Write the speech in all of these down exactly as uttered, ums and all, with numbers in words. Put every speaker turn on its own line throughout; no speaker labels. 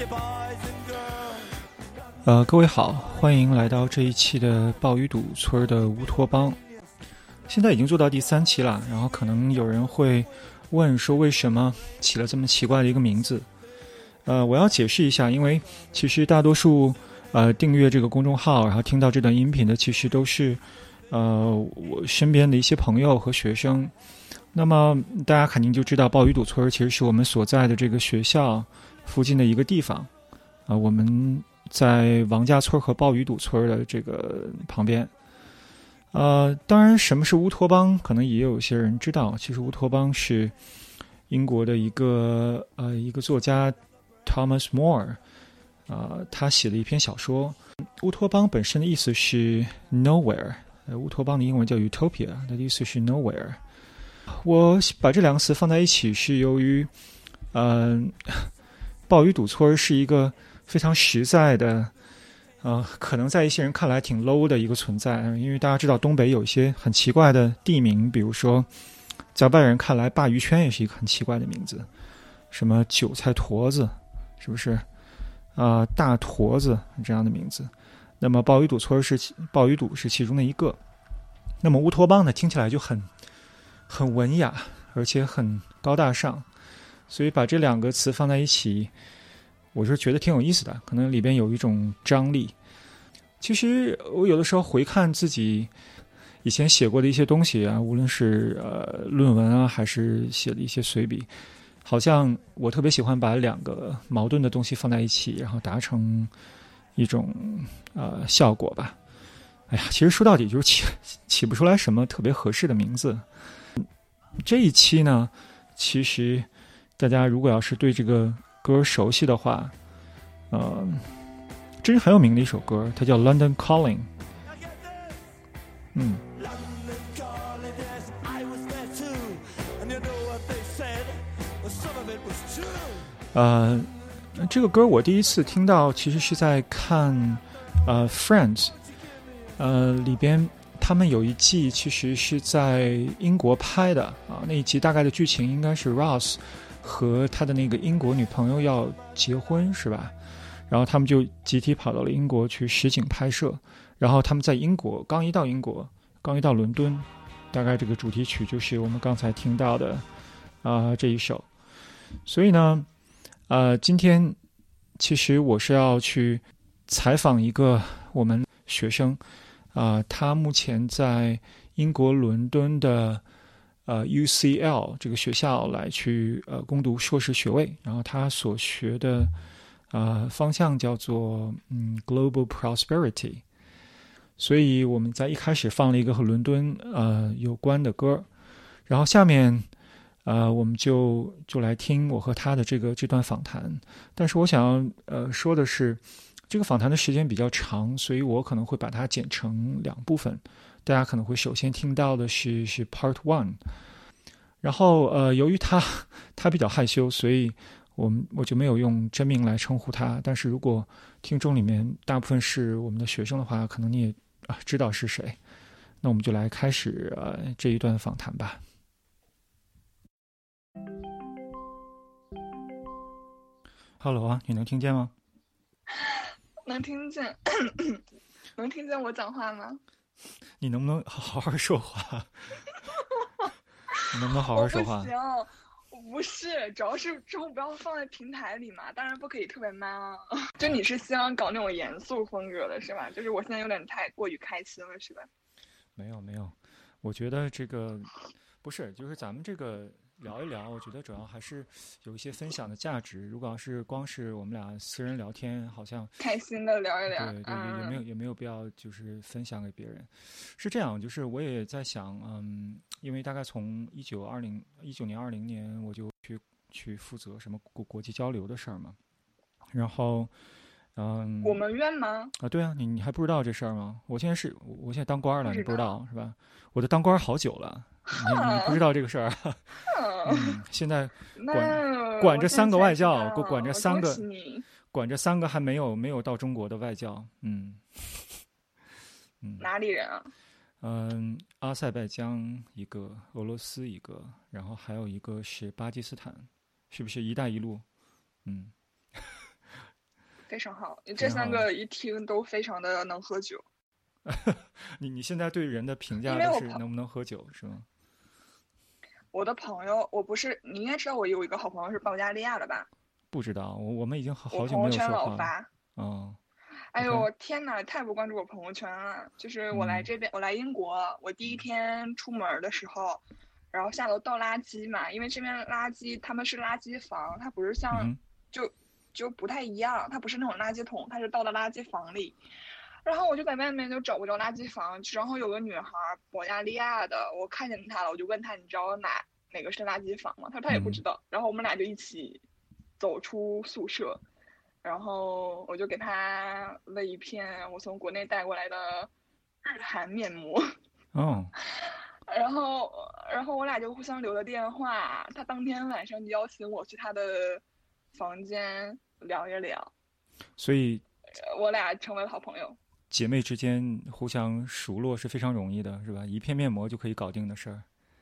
呃，各位好，欢迎来到这一期的鲍鱼堵村的乌托邦。现在已经做到第三期了，然后可能有人会问说为什么起了这么奇怪的一个名字。呃，我要解释一下，因为其实大多数呃订阅这个公众号然后听到这段音频的其实都是呃我身边的一些朋友和学生。那么大家肯定就知道鲍鱼堵村其实是我们所在的这个学校附近的一个地方啊、呃，我们在王家村和鲍鱼堵村的这个旁边。呃，当然什么是乌托邦可能也有些人知道，其实乌托邦是英国的一个呃一个作家 Thomas More 啊、呃，他写的一篇小说。乌托邦本身的意思是 nowhere， 呃，乌托邦的英文叫 utopia， 它的意思是 nowhere。我把这两个词放在一起是由于嗯、呃，鲍鱼堵村是一个非常实在的呃，可能在一些人看来挺 low 的一个存在，因为大家知道东北有一些很奇怪的地名，比如说在外人看来鲅鱼圈也是一个很奇怪的名字，什么韭菜坨子是不是啊、呃，大坨子这样的名字。那么鲍鱼堵村是鲍鱼堵是其中的一个。那么乌托邦呢，听起来就很很文雅，而且很高大上，所以把这两个词放在一起，我是觉得挺有意思的，可能里边有一种张力。其实我有的时候回看自己以前写过的一些东西啊，无论是呃论文啊，还是写的一些随笔，好像我特别喜欢把两个矛盾的东西放在一起，然后达成一种呃效果吧。哎呀，其实说到底就是起起不出来什么特别合适的名字。这一期呢，其实大家如果要是对这个歌熟悉的话，呃，这是很有名的一首歌，它叫 London Calling。 嗯，呃，这个歌我第一次听到其实是在看呃 Friends， 呃里边他们有一季其实是在英国拍的啊，那一集大概的剧情应该是 Ross 和他的那个英国女朋友要结婚是吧？然后他们就集体跑到了英国去实景拍摄，然后他们在英国刚一到英国，刚一到伦敦，大概这个主题曲就是我们刚才听到的啊、呃、这一首。所以呢，呃，今天其实我是要去采访一个我们学生。啊、呃，他目前在英国伦敦的呃 U C L 这个学校来去呃攻读硕士学位，然后他所学的呃方向叫做嗯 Global Prosperity， 所以我们在一开始放了一个和伦敦呃有关的歌，然后下面呃我们就就来听我和他的这个这段访谈。但是我想要呃说的是，这个访谈的时间比较长，所以我可能会把它剪成两部分。大家可能会首先听到的是是 Part One， 然后呃，由于他他比较害羞，所以我们我就没有用真名来称呼他。但是如果听众里面大部分是我们的学生的话，可能你也啊知道是谁。那我们就来开始呃这一段访谈吧。Hello 啊，你能听见吗？
能听见，能听见我讲话吗？
你能不能好好说话？你能不能好好说话？
我不行，我不是，主要是之后不要放在平台里嘛，当然不可以特别 man 啊。就你是希望搞那种严肃风格的是吧？就是我现在有点太过于开心了是吧？
没有没有，我觉得这个不是，就是咱们这个聊一聊，我觉得主要还是有一些分享的价值。如果要是光是我们俩私人聊天，好像
开心的聊一聊，
对对，也也没有
嗯，
也没有必要就是分享给别人。是这样，就是我也在想，嗯，因为大概从一九二零一九年二零年我就去去负责什么国国际交流的事儿嘛，然后。嗯，
我们院吗？
啊，对啊，你你还不知道这事儿吗？我现在是，我现在当官了，你不知
不知道，
道是吧？我都当官好久了，你你你不知道这个事儿？嗯，现在管
那
管着三个
我现在才知
外教，管管着
道，恭
三个，
喜你。
管着三个还没有没有到中国的外教，嗯嗯
哪里人啊？
嗯，阿塞拜疆一个，俄罗斯一个，然后还有一个是巴基斯坦，是不是“一带一路”？嗯。
非常好。
非常
这三
好
个一听都非常的能喝酒。
你你现在对人的评价
因为我朋
都是能不能喝酒是吗？
我的朋友，我不是你应该知道，我有一个好朋友是保加利亚的吧？
不知道，我我们已经好
我
好久没有
朋友圈
说话了。
老发。
哦
哎呦，
，OK，
我天哪，太不关注我朋友圈了。就是我来
嗯
这边，我来英国，我第一天出门的时候，然后下楼倒垃圾嘛，因为这边垃圾他们是垃圾房，它不是像
嗯哼
就就不太一样，它不是那种垃圾桶，它是倒到垃圾房里。然后我就在外面就找不着垃圾房，然后有个女孩，保加利亚的，我看见她了，我就问她你知道哪哪个是垃圾房吗？她说她也不
嗯
知道。然后我们俩就一起走出宿舍，然后我就给她了一片我从国内带过来的日韩面膜，
哦，
然后然后我俩就互相留了电话，她当天晚上就邀请我去她的房间聊一聊，
所以
我俩成为了好朋友。
姐妹之间互相熟络是非常容易的，是吧？一片面膜就可以搞定的事儿。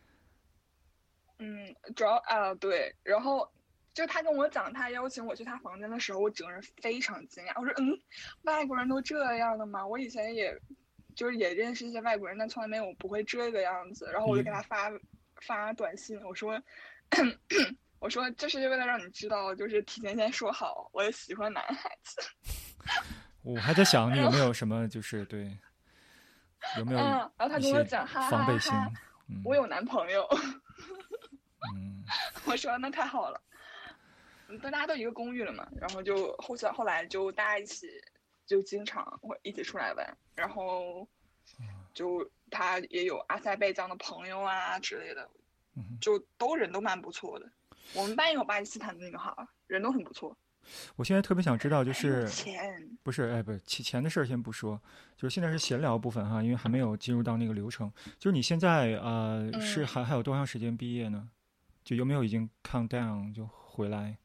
嗯，主要啊对，然后就他跟我讲他邀请我去他房间的时候，我整个人非常惊讶。我说嗯，外国人都这样的吗？我以前也就是也认识一些外国人，但从来没有不会这个样子。然后我就给他发发短信，我说我说这是为了让你知道，就是提前先说好，我也喜欢男孩子。
我还在想你有没有什么就是对，有没有
嗯，然后他
一些
跟我讲，哈
防备心？
哈哈，
嗯
我有男朋友。
嗯
我说那太好了。嗯，大家都一个公寓了嘛，然后就后来后来就大家一起就经常会一起出来玩，然后就他也有阿塞拜疆的朋友啊之类的，
嗯。
就都人都蛮不错的。我们班也有巴基斯坦的女孩，人都很不错。
我现在特别想知道，就
很有
是
钱。
不是哎，不是起钱的事儿先不说，就是现在是闲聊部分哈，因为还没有进入到那个流程。就是你现在呃
嗯
是还还有多长时间毕业呢？就有没有已经 count down 就回来？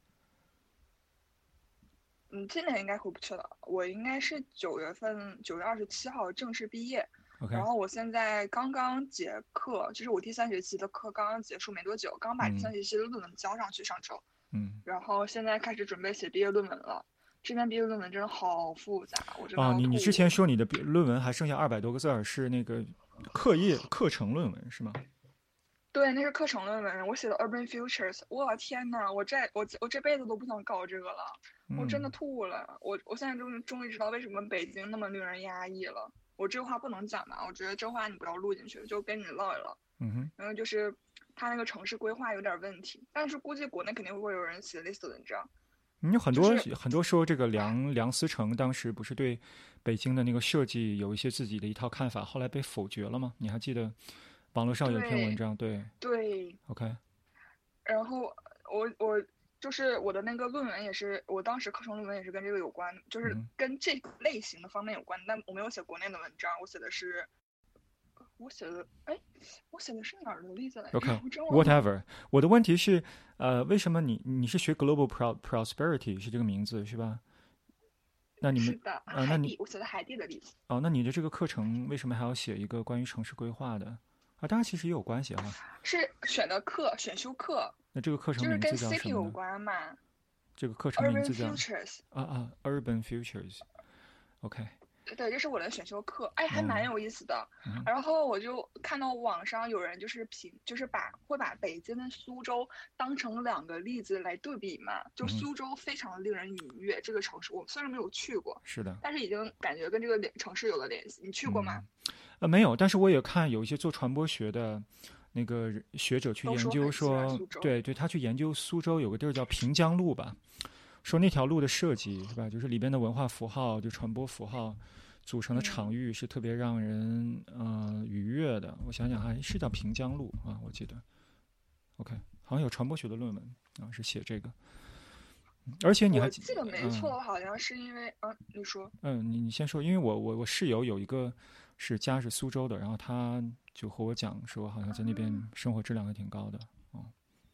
嗯，今年应该回不去了。我应该是九月份，九月二十七号正式毕业。
OK，
然后我现在刚刚结课，就是我第三学期的课刚刚结束没多久，刚把第三学期的论文交上去上周。
嗯，
然后现在开始准备写毕业论文了。这边毕业论文真的好复杂，我真的
啊，
要吐
你你之前说你的毕论文还剩下二百多个字儿，是那个课业课程论文是吗？
对，那是课程论文，我写的 Urban Futures。我天呐，我这我我这辈子都不想搞这个了，我真的
嗯
吐了。我我现在终于终于知道为什么北京那么令人压抑了。我这话不能讲嘛，我觉得这话你不要录进去，就跟你唠一唠。
嗯哼，
然后就是他那个城市规划有点问题，但是估计国内肯定会有人写类似的文章。
你有很多、
就是
很多说这个梁梁思成当时不是对北京的那个设计有一些自己的一套看法，后来被否决了吗？你还记得网络上有一篇文章？对
对。
，OK，
然后我我就是我的那个论文也是，我当时课程论文也是跟这个有关，就是
嗯
跟这个类型的方面有关，但我没有写国内的文章，我写的是，我写的，哎，我写的是哪儿的例子来着？我真忘了。
OK，whatever。我的问题是，呃，为什么你你是学 Global Pro Prosperity 是这个名字是吧？那你们
是的，
呃，那你
海地，我写的海地的例子。
哦，那你的这个课程为什么还要写一个关于城市规划的？啊，当然其实也有关系哈。
是选的课，选修课，
那这个课程
就是跟
名字叫
city 有
什么呢？
关嘛。
这个课程名
Urban
字叫
Futures。
啊啊，Urban Futures。OK，
对，这是我的选修课，哎，还蛮有意思的。
嗯
然后我就看到网上有人就是评，就是把会把北京跟苏州当成两个例子来对比嘛。就
嗯
苏州非常的令人愉悦，这个城市我虽然没有去过，
是的。
但是已经感觉跟这个联城市有了联系。你去过吗？
嗯呃，没有，但是我也看有一些做传播学的那个人学者去研究
都说很喜欢
说，
苏州。
对对，他去研究苏州有个地儿叫平江路吧，说那条路的设计是吧，就是里边的文化符号，就传播符号组成的场域是特别让人呃愉悦的。我想想还是叫平江路啊，我记得。OK，好像有传播学的论文啊，是写这个。嗯而且你还
我记得没错，
嗯
好像是因为，嗯，你说。
嗯，你你先说，因为我我我室友有一个是家是苏州的，然后他就和我讲说，好像在那边生活质量还挺高的。哦，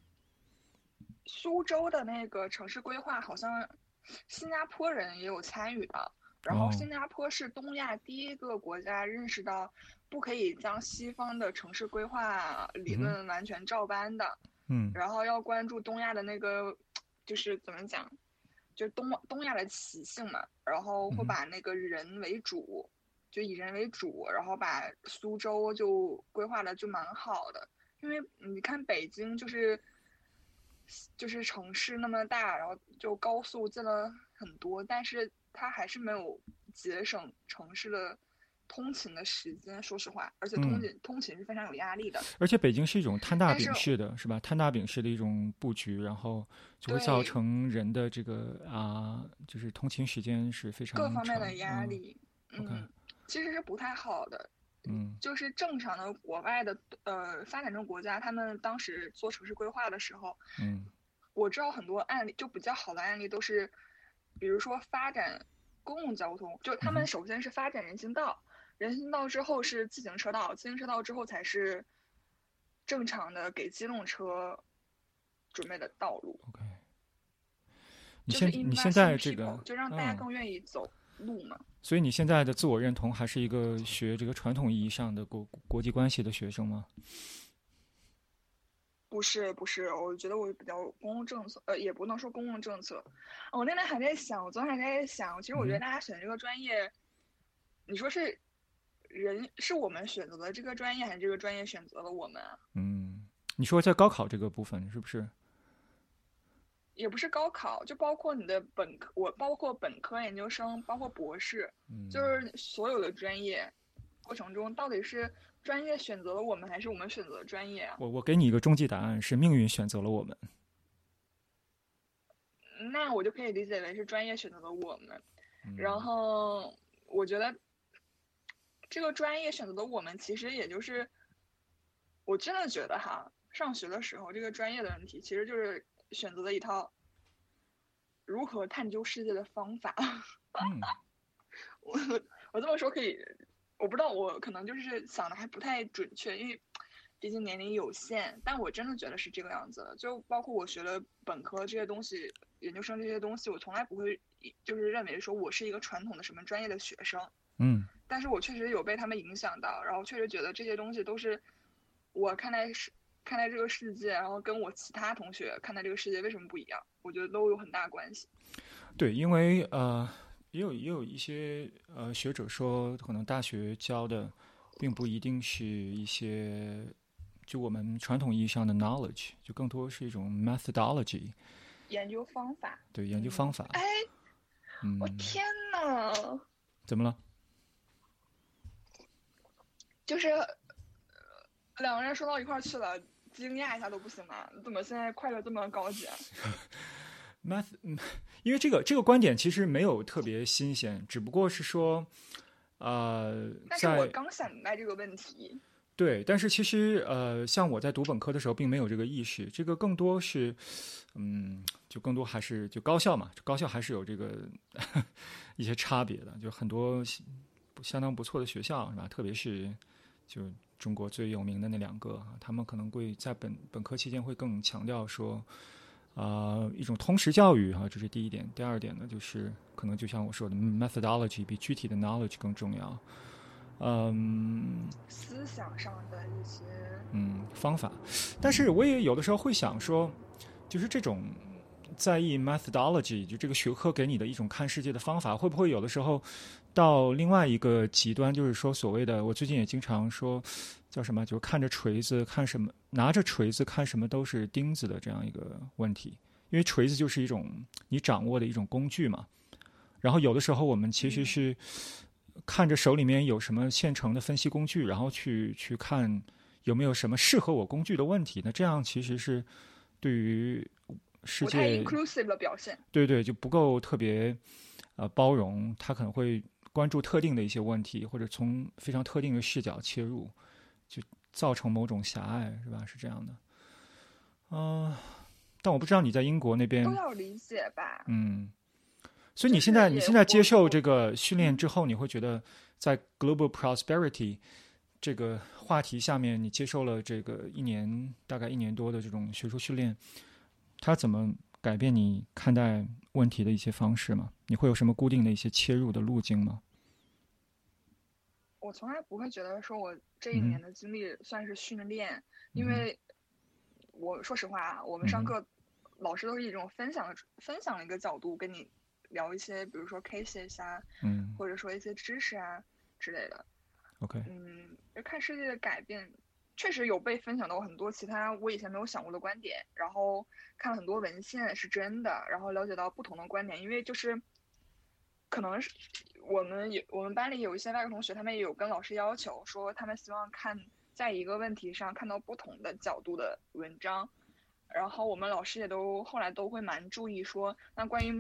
苏州的那个城市规划好像新加坡人也有参与的，然后
哦
新加坡是东亚第一个国家认识到不可以将西方的城市规划理论完全照搬的，
嗯
然后要关注东亚的那个，就是怎么讲， 就东东亚的习性嘛，然后会把那个人为主，就以人为主，然后把苏州就规划的就蛮好的。因为你看北京就是就是城市那么大，然后就高速建了很多，但是它还是没有节省城市的通勤的时间，说实话，而且通勤、嗯、通勤是非常有压力的。
而且北京是一种摊大饼式的， 是, 是吧？摊大饼式的一种布局，然后就会造成人的这个啊、呃，就是通勤时间是非常
各方面的压力。
嗯，
嗯，其实是不太好的。
嗯，
就是正常的国外的呃发展中国家，他们当时做城市规划的时候，
嗯，
我知道很多案例，就比较好的案例都是，比如说发展公共交通，就他们首先是发展人行道。嗯，人行道之后是自行车道，自行车道之后才是正常的给机动车准备的道路。
OK， 你现你现在这个
就让大家更愿意走路嘛。
嗯，所以你现在的自我认同还是一个学这个传统意义上的国国际关系的学生吗？
不是不是，我觉得我比较公共政策，呃，也不能说公共政策。我那天还在想，我昨天还在想，其实我觉得大家选这个专业，嗯、你说是人是我们选择的这个专业，还是这个专业选择了我们？
嗯，你说在高考这个部分是不是？
也不是高考，就包括你的本科，我包括本科、研究生，包括博士，
嗯，
就是所有的专业过程中，到底是专业选择了我们，还是我们选择了专业啊？
我我给你一个终极答案，是命运选择了我们。
那我就可以理解为是专业选择了我们，
嗯、
然后我觉得这个专业选择的我们，其实也就是我真的觉得哈，上学的时候这个专业的问题，其实就是选择了一套如何探究世界的方法。
嗯，
我我这么说可以，我不知道，我可能就是想的还不太准确，因为毕竟年龄有限。但我真的觉得是这个样子的，就包括我学了本科这些东西，研究生这些东西，我从来不会就是认为说我是一个传统的什么专业的学生。
嗯，
但是我确实有被他们影响到，然后确实觉得这些东西都是我看待世看待这个世界，然后跟我其他同学看待这个世界为什么不一样，我觉得都有很大关系。
对，因为呃，也有也有一些呃学者说，可能大学教的并不一定是一些就我们传统意义上的 knowledge， 就更多是一种 methodology，
研究方法。
对，研究方法。
哎、嗯，我天哪！
怎么了？
就是两个人说到一块去了，惊讶一下都不行吗？怎么现在快乐这么高级
？Math， 因为这个这个观点其实没有特别新鲜，只不过是说，呃，
但是我刚想明白这个问题。
对，但是其实呃，像我在读本科的时候，并没有这个意识，这个更多是，嗯，就更多还是就高校嘛，高校还是有这个呵呵一些差别的，就很多相当不错的学校是吧？特别是就中国最有名的那两个，他们可能会在本本科期间会更强调说，啊、呃，一种通识教育哈，这是第一点。第二点呢，就是可能就像我说的 ，methodology 比具体的 knowledge 更重要。嗯，
思想上的一些
嗯方法，但是我也有的时候会想说，就是这种在意 methodology， 就这个学科给你的一种看世界的方法，会不会有的时候到另外一个极端，就是说所谓的，我最近也经常说叫什么，就是看着锤子看什么，拿着锤子看什么都是钉子的这样一个问题，因为锤子就是一种你掌握的一种工具嘛，然后有的时候我们其实是。看着手里面有什么现成的分析工具，然后去去看有没有什么适合我工具的问题，那这样其实是对于世界
不太 inclusive 的表现。
对对，就不够特别呃包容，他可能会关注特定的一些问题，或者从非常特定的视角切入，就造成某种狭隘，是吧？是这样的。嗯、呃，但我不知道你在英国那边
都要理解吧？
嗯。所以你现在、就是、你现在接受这个训练之后，你会觉得在 global prosperity 这个话题下面，你接受了这个一年大概一年多的这种学术训练，它怎么改变你看待问题的一些方式吗？你会有什么固定的一些切入的路径吗？
我从来不会觉得说我这一年的经历算是训练，嗯、因为我说实话，我们上课。嗯老师都是以这种分享的分享的一个角度跟你聊一些，比如说 cases 啊，
嗯，
或者说一些知识啊之类的。
OK，
嗯，就看世界的改变，确实有被分享到很多其他我以前没有想过的观点，然后看了很多文献是真的，然后了解到不同的观点，因为就是可能是我们有我们班里有一些外国同学，他们也有跟老师要求说，他们希望看在一个问题上看到不同的角度的文章，然后我们老师也都后来都会蛮注意说，那关于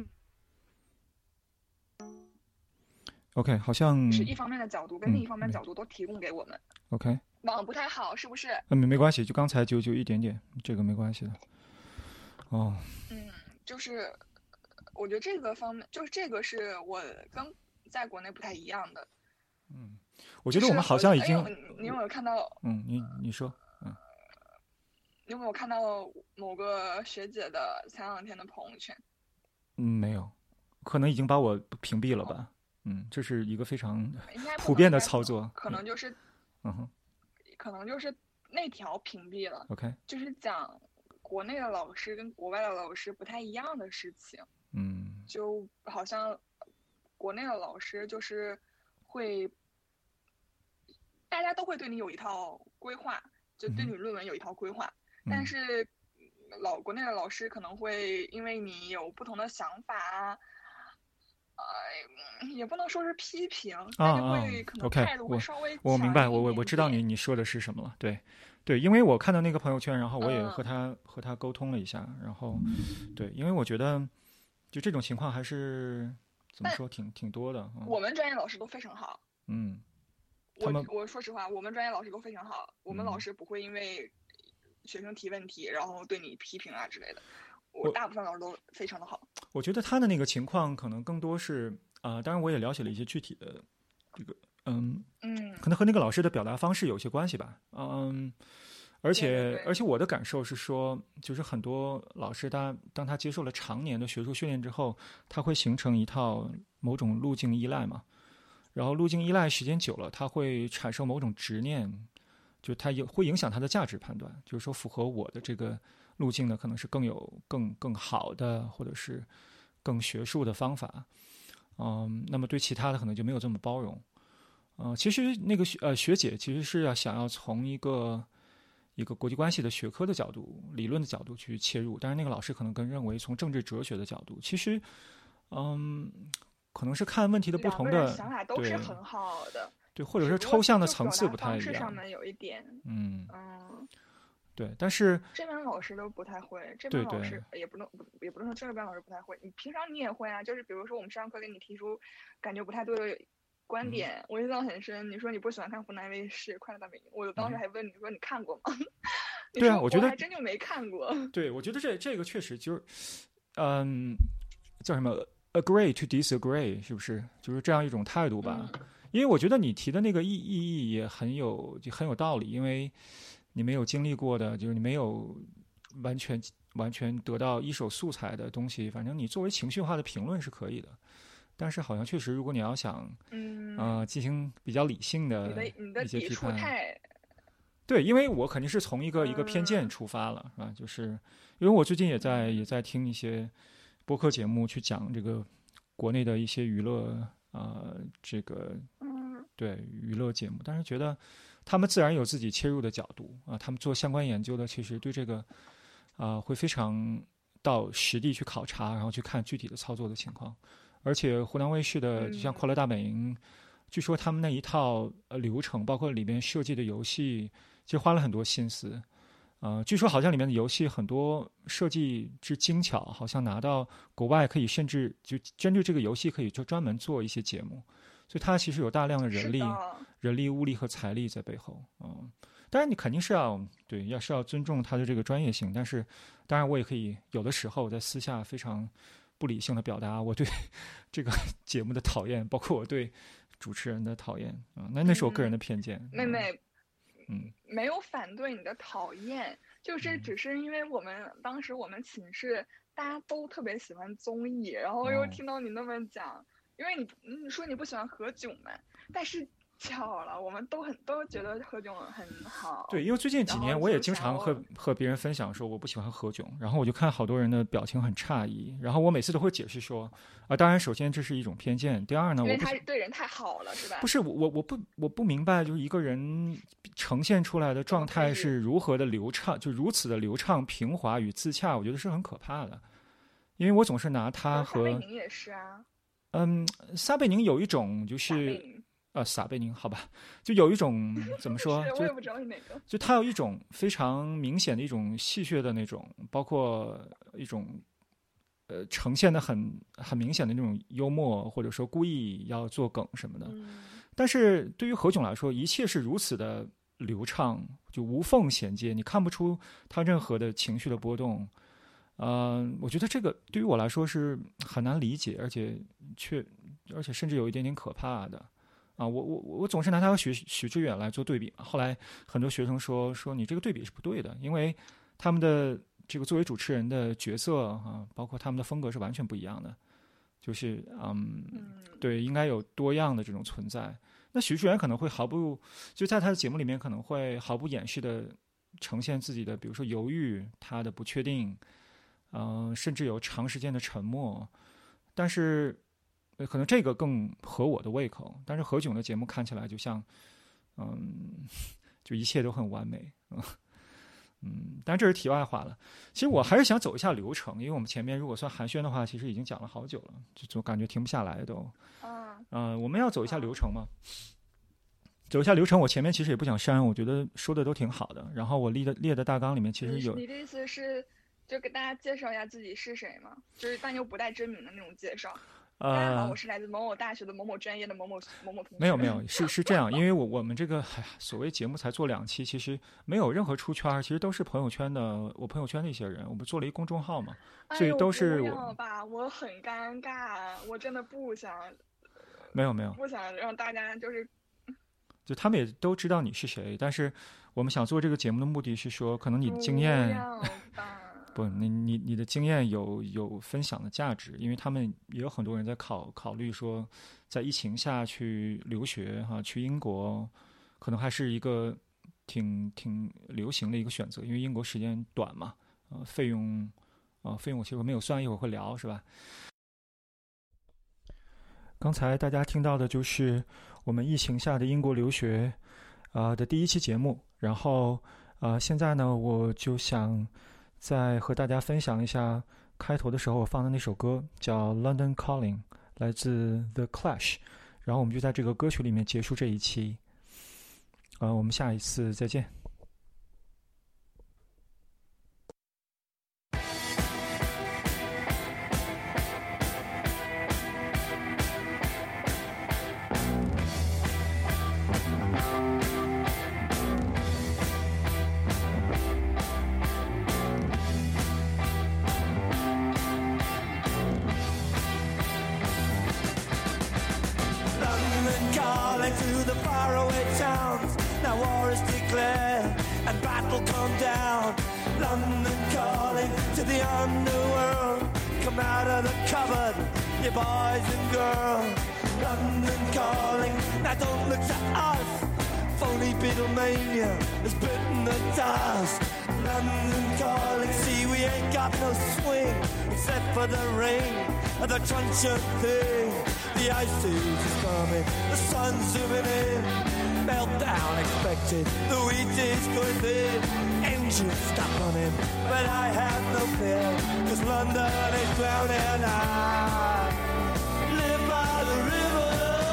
OK， 好像
是一方面的角度跟另一方面的角度都提供给我们。
OK，
网不太好，是不是？
嗯，没关系，就刚才就就一点点，这个没关系的。哦，
嗯，就是我觉得这个方面，就是这个是我跟在国内不太一样的。
嗯，我觉得我们好像已经，
哎、你有没有看到？
嗯，你你说，嗯，
你有没有看到某个学姐的前两天的朋友圈？
嗯，没有，可能已经把我屏蔽了吧。嗯，这是一个非常普
普
遍的操作。
可能就是，
嗯哼，
可能就是那条屏蔽了。
OK，
就是讲国内的老师跟国外的老师不太一样的事情。
嗯，
就好像国内的老师就是会，大家都会对你有一套规划，就对你论文有一套规划，
嗯、
但是老国内的老师可能会因为你有不同的想法啊。呃，也不能说是批评，但是会可能态度会稍微、
啊啊、我我明白，我我我知道你你说的是什么了，对，对，因为我看到那个朋友圈，然后我也和他、嗯、和他沟通了一下，然后，对，因为我觉得就这种情况还是怎么说挺挺多的、嗯。
我们专业老师都非常好，
嗯，
我我说实话，我们专业老师都非常好，我们老师不会因为学生提问题然后对你批评啊之类的。我大部分老师都非常的好。
我觉得他的那个情况可能更多是啊、呃，当然我也了解了一些具体的这个，嗯
嗯，
可能和那个老师的表达方式有些关系吧，嗯，而且
对对对
而且我的感受是说，就是很多老师他当他接受了常年的学术训练之后，他会形成一套某种路径依赖嘛，然后路径依赖时间久了，他会产生某种执念，就他也会影响他的价值判断，就是说符合我的这个路径呢，可能是更有更更好的，或者是更学术的方法，嗯，那么对其他的可能就没有这么包容，呃，其实那个学呃学姐其实是要想要从一个一个国际关系的学科的角度、理论的角度去切入，但是那个老师可能更认为从政治哲学的角度，其实，嗯，可能是看问题的不同的
想法都是很好的，
对，或者是抽象的层次不太一样，
上面有一点，
嗯
嗯。
对，但是
这边老师都不太会，这边老师也不能也不能说这边老师不太会，你平常你也会啊，就是比如说我们上课给你提出感觉不太对的观点，嗯、我印象很深。你说你不喜欢看湖南卫视《快乐大本营》，我当时还问你说你看过吗？
嗯、对啊，我觉得
还真就没看过。
对，我觉得这这个确实就是，嗯，叫什么 agree to disagree， 是不是？就是这样一种态度吧。嗯、因为我觉得你提的那个意意义也很有就很有道理，因为。你没有经历过的，就是你没有完全完全得到一手素材的东西，反正你作为情绪化的评论是可以的，但是好像确实，如果你要想，
嗯，
呃，进行比较理性的一些批判，对，因为我肯定是从一个、嗯、一个偏见出发了，是吧？就是因为我最近也在也在听一些播客节目，去讲这个国内的一些娱乐，呃，这个对娱乐节目，但是觉得。他们自然有自己切入的角度啊，他们做相关研究的，其实对这个啊会非常到实地去考察，然后去看具体的操作的情况。而且湖南卫视的，就像《快乐大本营》，据说他们那一套呃流程，包括里面设计的游戏，其实花了很多心思。呃，据说好像里面的游戏很多设计之精巧，好像拿到国外可以甚至就针对这个游戏可以就专门做一些节目。所以它其实有大量的人力、人力、物力和财力在背后，嗯，当然你肯定是要对，要是要尊重他的这个专业性，但是，当然我也可以有的时候在私下非常不理性的表达我对这个节目的讨厌，包括我对主持人的讨厌，啊、嗯，那那是我个人的偏见。
妹妹，
嗯，
没有反对你的讨厌，就是只是因为我们、嗯、当时我们寝室大家都特别喜欢综艺，然后又听到你那么讲。哦因为你你说你不喜欢何炅嘛，但是巧了，我们都很都觉得何炅很好。
对，因为最近几年我也经常和和别人分享说我不喜欢何炅，然后我就看好多人的表情很诧异，然后我每次都会解释说，啊，当然首先这是一种偏见，第二呢，
因为他对人太好了，是吧？
不是我我我不我不明白，就是一个人呈现出来的状态是如何的流畅，就如此的流畅、平滑与自洽，我觉得是很可怕的，因为我总是拿他和
撒贝宁也是啊，
嗯，撒贝宁有一种就是。呃，撒贝宁，好吧，就有一种怎么说？
我也不知道是哪个。
就他有一种非常明显的一种戏谑的那种，包括一种呃呈现的很很明显的那种幽默，或者说故意要做梗什么的。
嗯、
但是对于何炅来说，一切是如此的流畅，就无缝衔接，你看不出他任何的情绪的波动。呃，我觉得这个对于我来说是很难理解，而且却而且甚至有一点点可怕的。啊，我我我总是拿他和许许知远来做对比，后来很多学生说说你这个对比是不对的，因为他们的这个作为主持人的角色啊，包括他们的风格是完全不一样的，就是嗯，对，应该有多样的这种存在。那许知远可能会毫不就在他的节目里面可能会毫不掩饰的呈现自己的，比如说犹豫，他的不确定，嗯、呃，甚至有长时间的沉默，但是。可能这个更合我的胃口，但是何炅的节目看起来就像，嗯，就一切都很完美，嗯，嗯，但这是题外话了。其实我还是想走一下流程，因为我们前面如果算寒暄的话，其实已经讲了好久了，就总感觉停不下来都。嗯、呃，我们要走一下流程嘛，走一下流程。我前面其实也不想删，我觉得说的都挺好的。然后我列的列的大纲里面其实有。
你的意思是就给大家介绍一下自己是谁吗？就是但又不带真名的那种介绍。大家好，我是来自某某大学的某某专业的某某某某同学。
没有没有，是是这样，因为我我们这个哎呀，所谓节目才做两期，其实没有任何出圈，其实都是朋友圈的，我朋友圈的一些人，我们做了一公众号嘛，所以都是我。
哎、不要吧，我很尴尬，我真的不想。
没有没有，
不想让大家就是。
就他们也都知道你是谁，但是我们想做这个节目的目的是说，可能你的经验。不，你你你的经验有有分享的价值，因为他们也有很多人在考考虑说，在疫情下去留学哈、啊，去英国，可能还是一个挺挺流行的一个选择，因为英国时间短嘛，呃，费用啊、呃，费用我其实没有算，一会儿会聊是吧？刚才大家听到的就是我们疫情下的英国留学啊、呃、的第一期节目，然后啊、呃，现在呢，我就想。再和大家分享一下开头的时候我放的那首歌，叫《London Calling》，来自 The Clash。然后我们就在这个歌曲里面结束这一期。呃，我们下一次再见。
To the faraway towns, now war is declared and battle come down. London calling to the underworld, come out of the cupboard, you boys and girls. London calling, now don't look to us, phony Beatlemania has bitten the dust. London calling, see we ain't got no swing except for the rain and the truncheon thing. The ice age is coming, the sun's zooming in, meltdown expected, the wheat is going thin, engines stop running, but I have no fear, cause London is drowning. I live by the river,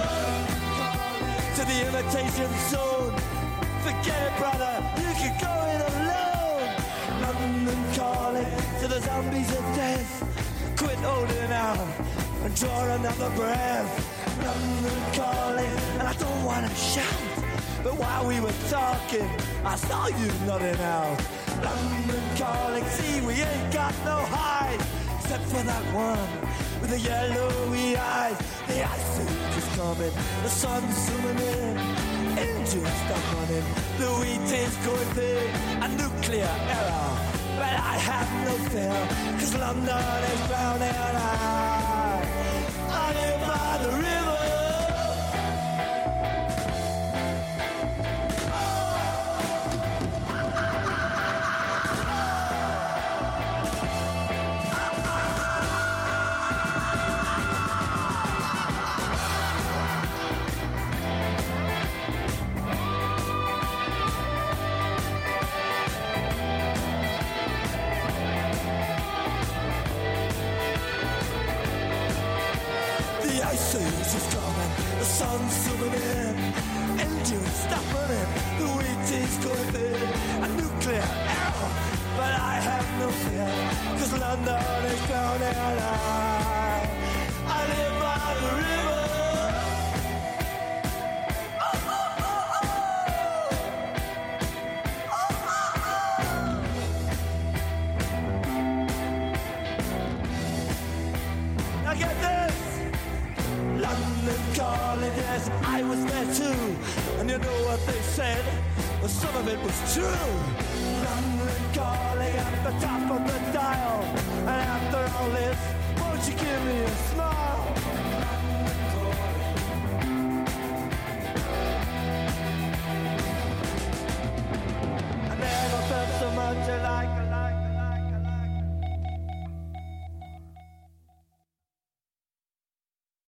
to the imitation zone, forget it brother, you can go it alone. London calling to the zombies of death, quit holding out and draw another breath. London calling, and I don't want to shout, but while we were talking, I saw you nodding out. London calling, see we ain't got no hide, except for that one with the yellowy eyes. The ice age is coming, the sun's zooming in, engines stop running, the wheat is going thin, a nuclear error, but I have no fear, cause London is drowning. I, I live by the river, the sun's zooming in, engines stop running, the wheat is going thin, a nuclear arrow, but I have no fear, cause London is drowning and I, I live by the river. Get this! London calling, yes, I was there too. And you know what they said? Well, some of it was true.